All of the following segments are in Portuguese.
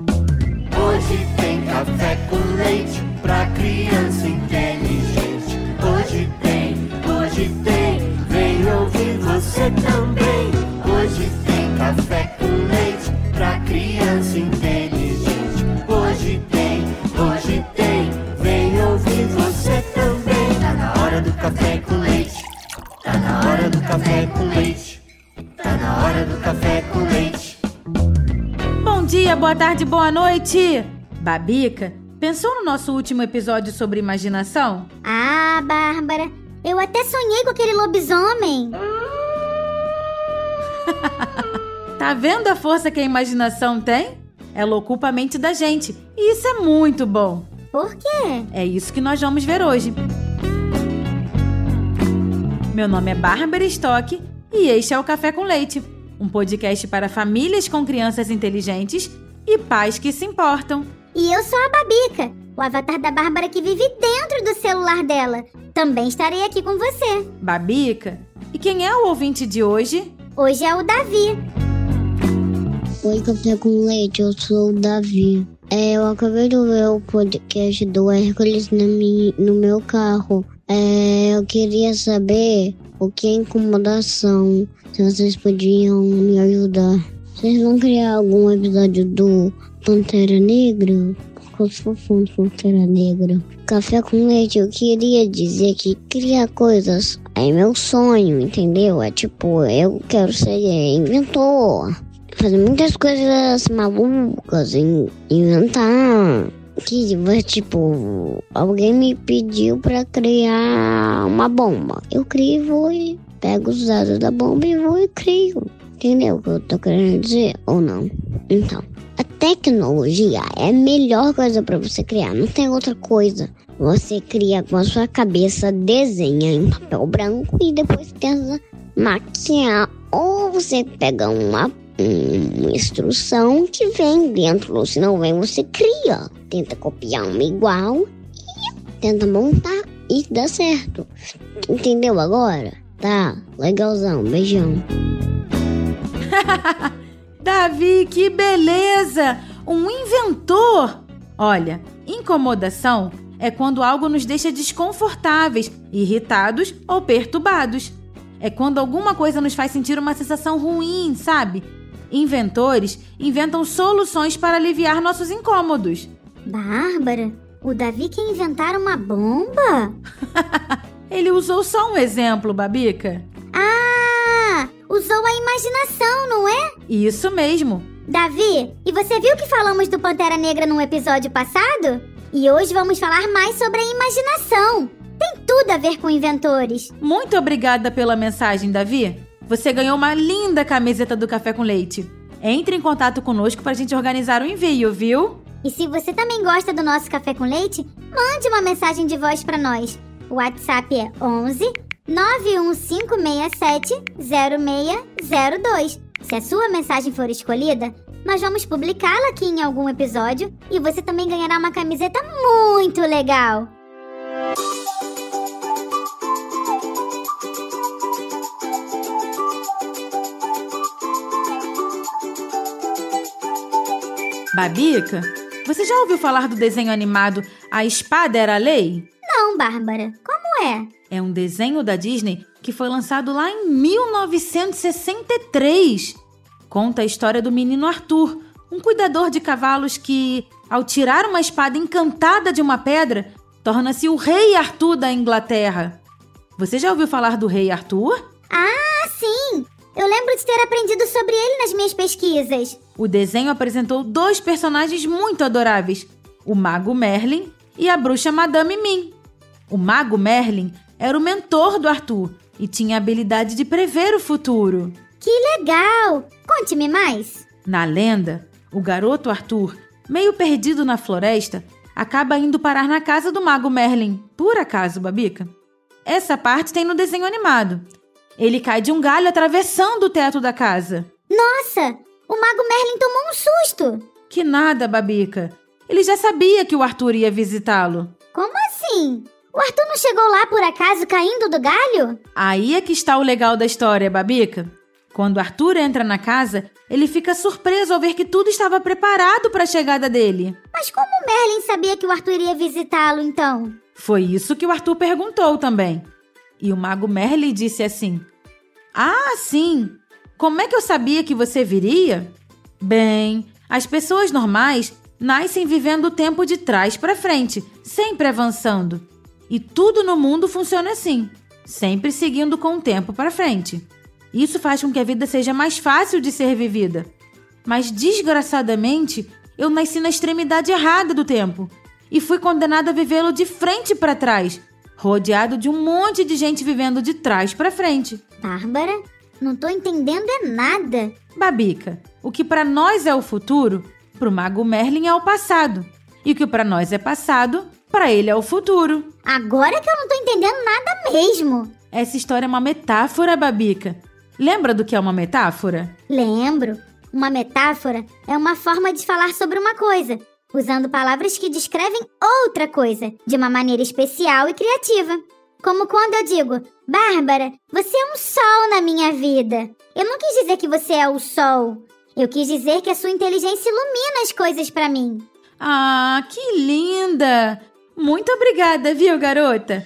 Hoje tem café com leite pra criança inteligente. Hoje tem, vem ouvir você também. Hoje tem café com leite pra criança inteligente. Hoje tem, vem ouvir você também. Tá na hora do café com leite. Tá na hora do café com leite. Tá na hora do café com leite. Bom dia, boa tarde, boa noite! Babica, pensou no nosso último episódio sobre imaginação? Ah, Bárbara, eu até sonhei com aquele lobisomem. Tá vendo a força que a imaginação tem? Ela ocupa a mente da gente, e isso é muito bom. Por quê? É isso que nós vamos ver hoje. Meu nome é Bárbara Stock e este é o Café com Leite, um podcast para famílias com crianças inteligentes e pais que se importam. E eu sou a Babica, o avatar da Bárbara que vive dentro do celular dela. Também estarei aqui com você. Babica, e quem é o ouvinte de hoje? Hoje é o Davi. Oi, Café com Leite, eu sou o Davi. Eu acabei de ver o podcast do Hércules no meu carro. Eu queria saber o que é incomodação, se vocês podiam me ajudar. Vocês vão criar algum episódio do Pantera Negra? Porque eu sou fã de Pantera Negra. Café com Leite, eu queria dizer que criar coisas é meu sonho, entendeu? É tipo, eu quero ser inventor. Fazer muitas coisas malucas, inventar. Que, tipo, alguém me pediu pra criar uma bomba. Eu crio e vou e pego os dados da bomba e vou e crio. Entendeu o que eu tô querendo dizer ou não? Então, a tecnologia é a melhor coisa pra você criar. Não tem outra coisa. Você cria com a sua cabeça, desenha em papel branco e depois tenta maquiar. Ou você pega uma instrução que vem dentro, se não vem você cria, tenta copiar uma igual e tenta montar e dá certo, entendeu agora? Tá, legalzão, beijão. Davi, que beleza! Um inventor! Olha, incomodação é quando algo nos deixa desconfortáveis, irritados ou perturbados. É quando alguma coisa nos faz sentir uma sensação ruim, sabe? Inventores inventam soluções para aliviar nossos incômodos. Bárbara, o Davi quer inventar uma bomba? Ele usou só um exemplo, Babica. Ah, usou a imaginação, não é? Isso mesmo. Davi, e você viu que falamos do Pantera Negra no episódio passado? E hoje vamos falar mais sobre a imaginação. Tem tudo a ver com inventores. Muito obrigada pela mensagem, Davi. Você ganhou uma linda camiseta do Café com Leite. Entre em contato conosco para a gente organizar o envio, viu? E se você também gosta do nosso Café com Leite, mande uma mensagem de voz para nós. O WhatsApp é 11 91567 0602. Se a sua mensagem for escolhida, nós vamos publicá-la aqui em algum episódio e você também ganhará uma camiseta muito legal. Babica, você já ouviu falar do desenho animado A Espada Era a Lei? Não, Bárbara. Como é? É um desenho da Disney que foi lançado lá em 1963. Conta a história do menino Arthur, um cuidador de cavalos que, ao tirar uma espada encantada de uma pedra, torna-se o Rei Arthur da Inglaterra. Você já ouviu falar do Rei Arthur? Ah, sim! Eu lembro de ter aprendido sobre ele nas minhas pesquisas. O desenho apresentou dois personagens muito adoráveis, o Mago Merlin e a bruxa Madame Mim. O Mago Merlin era o mentor do Arthur e tinha a habilidade de prever o futuro. Que legal! Conte-me mais. Na lenda, o garoto Arthur, meio perdido na floresta, acaba indo parar na casa do Mago Merlin, por acaso, Babica. Essa parte tem no desenho animado. Ele cai de um galho atravessando o teto da casa. Nossa! O Mago Merlin tomou um susto! Que nada, Babica. Ele já sabia que o Arthur ia visitá-lo. Como assim? O Arthur não chegou lá por acaso caindo do galho? Aí é que está o legal da história, Babica. Quando Arthur entra na casa, Ele fica surpreso ao ver que tudo estava preparado para a chegada dele. Mas como Merlin sabia que o Arthur iria visitá-lo, então? Foi isso que o Arthur perguntou também. E o mago Merlin disse assim: Ah, sim! Como é que eu sabia que você viria? Bem, as pessoas normais nascem vivendo o tempo de trás para frente, sempre avançando. E tudo no mundo funciona assim, sempre seguindo com o tempo para frente. Isso faz com que a vida seja mais fácil de ser vivida. Mas, desgraçadamente, eu nasci na extremidade errada do tempo e fui condenada a vivê-lo de frente para trás, rodeado de um monte de gente vivendo de trás para frente. Bárbara, não tô entendendo nada. Babica, o que para nós é o futuro, pro mago Merlin é o passado. E o que para nós é passado, para ele é o futuro. Agora que eu não tô entendendo nada mesmo. Essa história é uma metáfora, Babica. Lembra do que é uma metáfora? Lembro. Uma metáfora é uma forma de falar sobre uma coisa, usando palavras que descrevem outra coisa, de uma maneira especial e criativa. Como quando eu digo, Bárbara, você é um sol na minha vida. Eu não quis dizer que você é o sol. Eu quis dizer que a sua inteligência ilumina as coisas pra mim. Ah, que linda! Muito obrigada, viu, garota?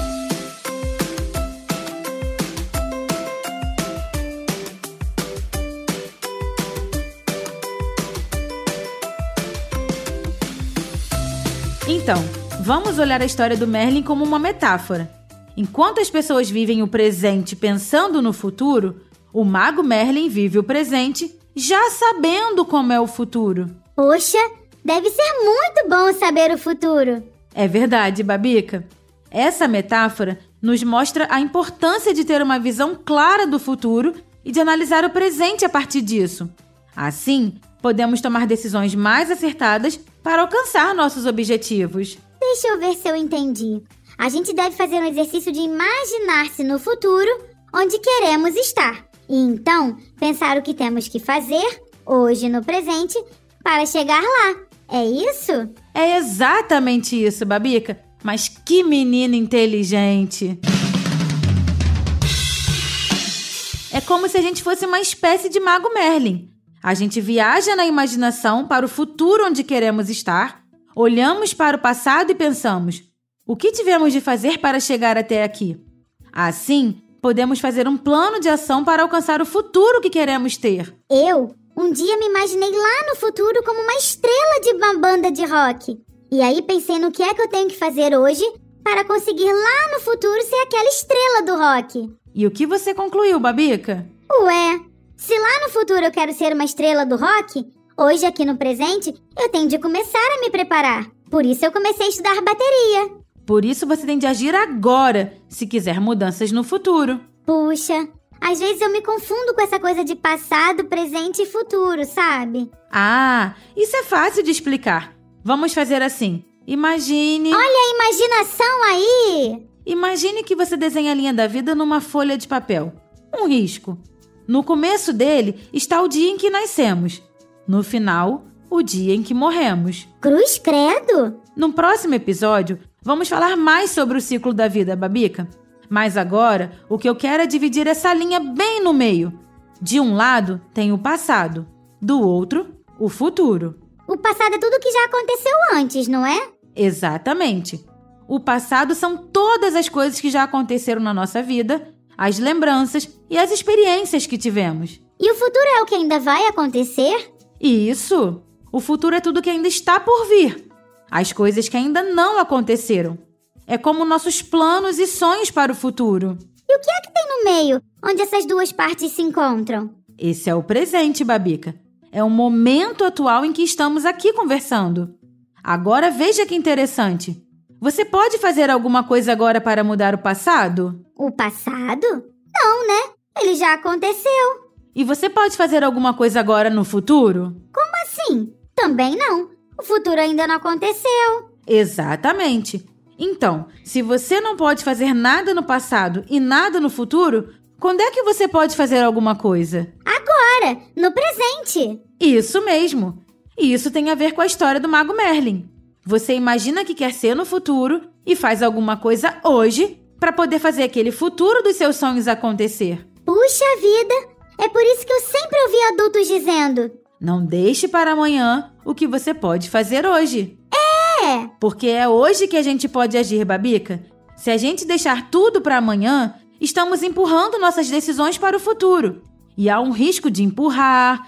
Então, vamos olhar a história do Merlin como uma metáfora. Enquanto as pessoas vivem o presente pensando no futuro, o mago Merlin vive o presente já sabendo como é o futuro. Poxa, deve ser muito bom saber o futuro. É verdade, Babica. Essa metáfora nos mostra a importância de ter uma visão clara do futuro e de analisar o presente a partir disso. Assim, podemos tomar decisões mais acertadas para alcançar nossos objetivos. Deixa eu ver se eu entendi. A gente deve fazer um exercício de imaginar-se no futuro onde queremos estar. E então, pensar o que temos que fazer, hoje no presente, para chegar lá. É isso? É exatamente isso, Babica. Mas que menina inteligente! É como se a gente fosse uma espécie de mago Merlin. A gente viaja na imaginação para o futuro onde queremos estar, olhamos para o passado e pensamos: o que tivemos de fazer para chegar até aqui? Assim, podemos fazer um plano de ação para alcançar o futuro que queremos ter. Um dia me imaginei lá no futuro como uma estrela de uma banda de rock. E aí pensei no que é que eu tenho que fazer hoje para conseguir lá no futuro ser aquela estrela do rock. E o que você concluiu, Babica? Ué, se lá no futuro eu quero ser uma estrela do rock, hoje aqui no presente eu tenho de começar a me preparar. Por isso eu comecei a estudar bateria. Por isso você tem de agir agora, se quiser mudanças no futuro. Puxa, às vezes eu me confundo com essa coisa de passado, presente e futuro, sabe? Ah, isso é fácil de explicar. Vamos fazer assim. Imagine... Olha a imaginação aí! Imagine que você desenha a linha da vida numa folha de papel. Um risco. No começo dele está o dia em que nascemos. No final, o dia em que morremos. Cruz credo! No próximo episódio, vamos falar mais sobre o ciclo da vida, Babica. Mas agora, o que eu quero é dividir essa linha bem no meio. De um lado, tem o passado. Do outro, o futuro. O passado é tudo que já aconteceu antes, não é? Exatamente. O passado são todas as coisas que já aconteceram na nossa vida, as lembranças e as experiências que tivemos. E o futuro é o que ainda vai acontecer? Isso! O futuro é tudo que ainda está por vir. As coisas que ainda não aconteceram. É como nossos planos e sonhos para o futuro. E o que é que tem no meio, onde essas duas partes se encontram? Esse é o presente, Babica. É o momento atual em que estamos aqui conversando. Agora veja que interessante. Você pode fazer alguma coisa agora para mudar o passado? O passado? Não, né? Ele já aconteceu. E você pode fazer alguma coisa agora no futuro? Como assim? Também não. O futuro ainda não aconteceu. Exatamente. Então, se você não pode fazer nada no passado e nada no futuro, quando é que você pode fazer alguma coisa? Agora, no presente. Isso mesmo. E isso tem a ver com a história do Mago Merlin. Você imagina que quer ser no futuro e faz alguma coisa hoje para poder fazer aquele futuro dos seus sonhos acontecer. Puxa vida, É por isso que eu sempre ouvi adultos dizendo: não deixe para amanhã o que você pode fazer hoje. É! Porque é hoje que a gente pode agir, Babica. Se a gente deixar tudo para amanhã, estamos empurrando nossas decisões para o futuro. E há um risco de empurrar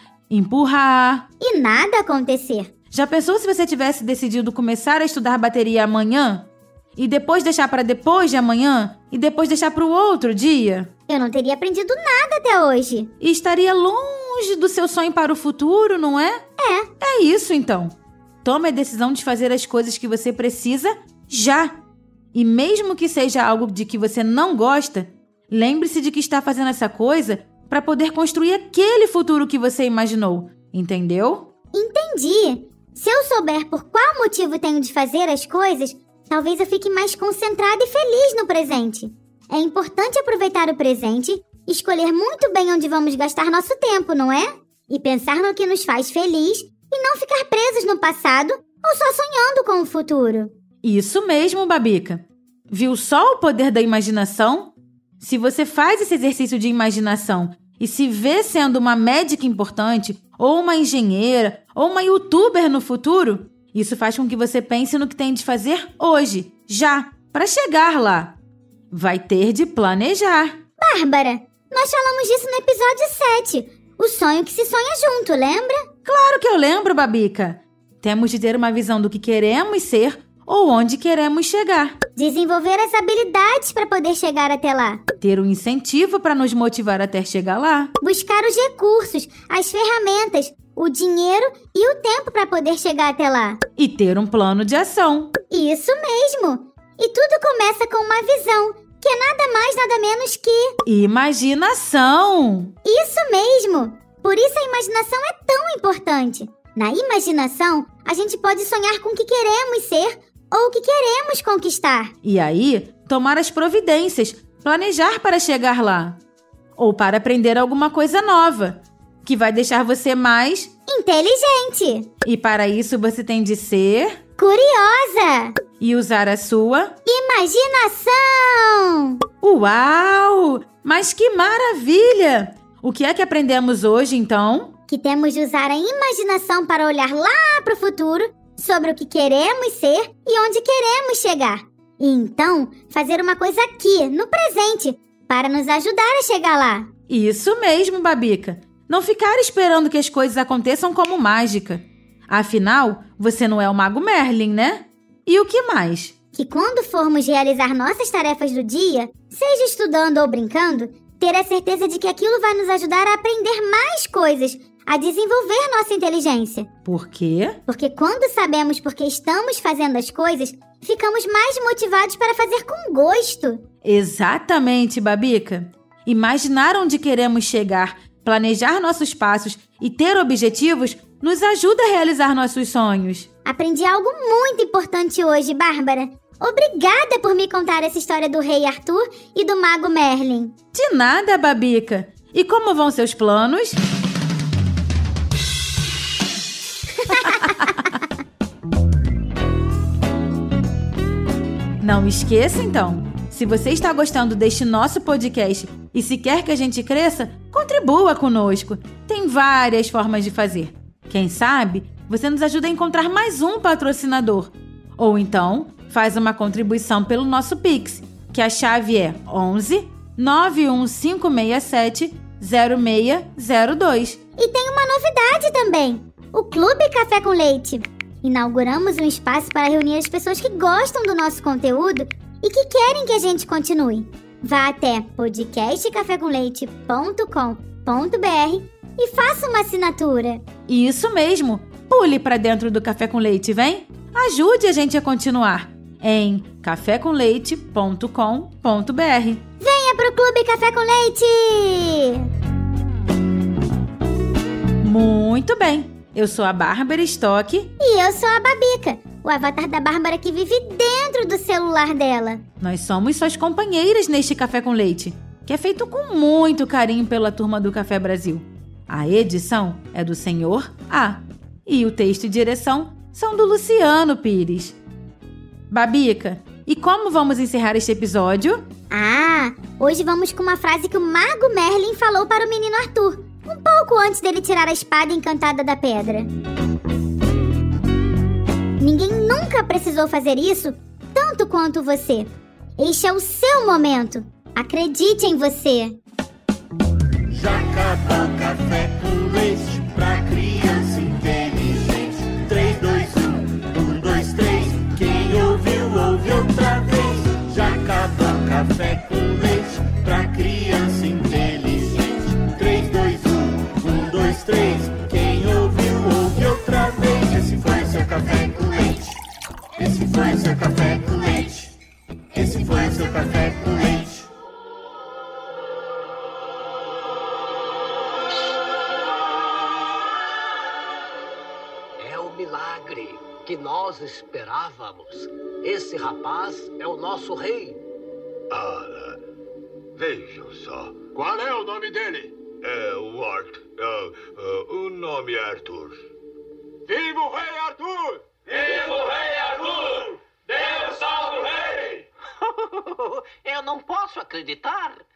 e nada acontecer. Já pensou se você tivesse decidido começar a estudar bateria amanhã? E depois deixar para depois de amanhã? E depois deixar para o outro dia? Eu não teria aprendido nada até hoje. E estaria longe do seu sonho para o futuro, não é? É isso, então. Tome a decisão de fazer as coisas que você precisa já. E mesmo que seja algo de que você não gosta, lembre-se de que está fazendo essa coisa para poder construir aquele futuro que você imaginou. Entendeu? Entendi. Se eu souber por qual motivo tenho de fazer as coisas, talvez eu fique mais concentrada e feliz no presente. É importante aproveitar o presente, escolher muito bem onde vamos gastar nosso tempo, não é? E pensar no que nos faz feliz e não ficar presos no passado ou só sonhando com o futuro. Isso mesmo, Babica. Viu só o poder da imaginação? Se você faz esse exercício de imaginação e se vê sendo uma médica importante, ou uma engenheira, ou uma youtuber no futuro, isso faz com que você pense no que tem de fazer hoje, já, para chegar lá. Vai ter de planejar. Bárbara, nós falamos disso no episódio 7. O sonho que se sonha junto, lembra? Claro que eu lembro, Babica. Temos de ter uma visão do que queremos ser ou onde queremos chegar. Desenvolver as habilidades para poder chegar até lá. Ter um incentivo para nos motivar até chegar lá. Buscar os recursos, as ferramentas, o dinheiro e o tempo para poder chegar até lá. E ter um plano de ação. Isso mesmo! E tudo começa com uma visão, que é nada mais, nada menos que... imaginação! Isso mesmo! Por isso a imaginação é tão importante. Na imaginação, a gente pode sonhar com o que queremos ser ou o que queremos conquistar. E aí, tomar as providências, planejar para chegar lá. Ou para aprender alguma coisa nova, que vai deixar você mais... inteligente! E para isso você tem de ser... curiosa! E usar a sua... imaginação! Uau! Mas que maravilha! O que é que aprendemos hoje, então? Que temos de usar a imaginação para olhar lá para o futuro, sobre o que queremos ser e onde queremos chegar. E então, fazer uma coisa aqui, no presente, para nos ajudar a chegar lá. Isso mesmo, Babica. Não ficar esperando que as coisas aconteçam como mágica. Afinal, você não é o Mago Merlin, né? E o que mais? Que quando formos realizar nossas tarefas do dia, seja estudando ou brincando, ter a certeza de que aquilo vai nos ajudar a aprender mais coisas, a desenvolver nossa inteligência. Por quê? Porque quando sabemos por que estamos fazendo as coisas, ficamos mais motivados para fazer com gosto. Exatamente, Babica. Imaginar onde queremos chegar, planejar nossos passos e ter objetivos nos ajuda a realizar nossos sonhos. Aprendi algo muito importante hoje, Bárbara. Obrigada por me contar essa história do Rei Arthur e do Mago Merlin. De nada, Babica. E como vão seus planos? Não esqueça, então, se você está gostando deste nosso podcast e se quer que a gente cresça, contribua conosco. Tem várias formas de fazer. Quem sabe, você nos ajuda a encontrar mais um patrocinador. Ou então, faz uma contribuição pelo nosso Pix, que a chave é 11 91567 0602. E tem uma novidade também, o Clube Café com Leite. Inauguramos um espaço para reunir as pessoas que gostam do nosso conteúdo e que querem que a gente continue. Vá até podcastcafécomleite.com.br e faça uma assinatura. Isso mesmo! Pule para dentro do Café com Leite, vem? Ajude a gente a continuar em cafécomleite.com.br. Venha pro Clube Café com Leite! Muito bem! Eu sou a Bárbara Stock. E eu sou a Babica, o avatar da Bárbara que vive dentro do celular dela. Nós somos suas companheiras neste Café com Leite, que é feito com muito carinho pela turma do Café Brasil. A edição é do Senhor A. E o texto e direção são do Luciano Pires. Babica, e como vamos encerrar este episódio? Hoje vamos com uma frase que o Mago Merlin falou para o menino Arthur, um pouco antes dele tirar a espada encantada da pedra. Ninguém nunca precisou fazer isso tanto quanto você. Este é o seu momento. Acredite em você. Já acabou o café com leite pra criança inteligente. 3, 2, 1, 1, 2, 3. Quem ouviu, ouve outra vez. Já acabou o café com leite pra criança inteligente. 3, 2, 1, 1, 2, 3. Quem ouviu, ouve outra vez. Esse foi o seu café com leite. Esse foi o seu café com leite. Esse foi o seu café com leite. É o milagre que nós esperávamos. Esse rapaz é o nosso rei. Ah, vejam só. Qual é o nome dele? É o o nome é Arthur. Viva o rei Arthur! Viva o rei Arthur! Deus salve o rei! Eu não posso acreditar.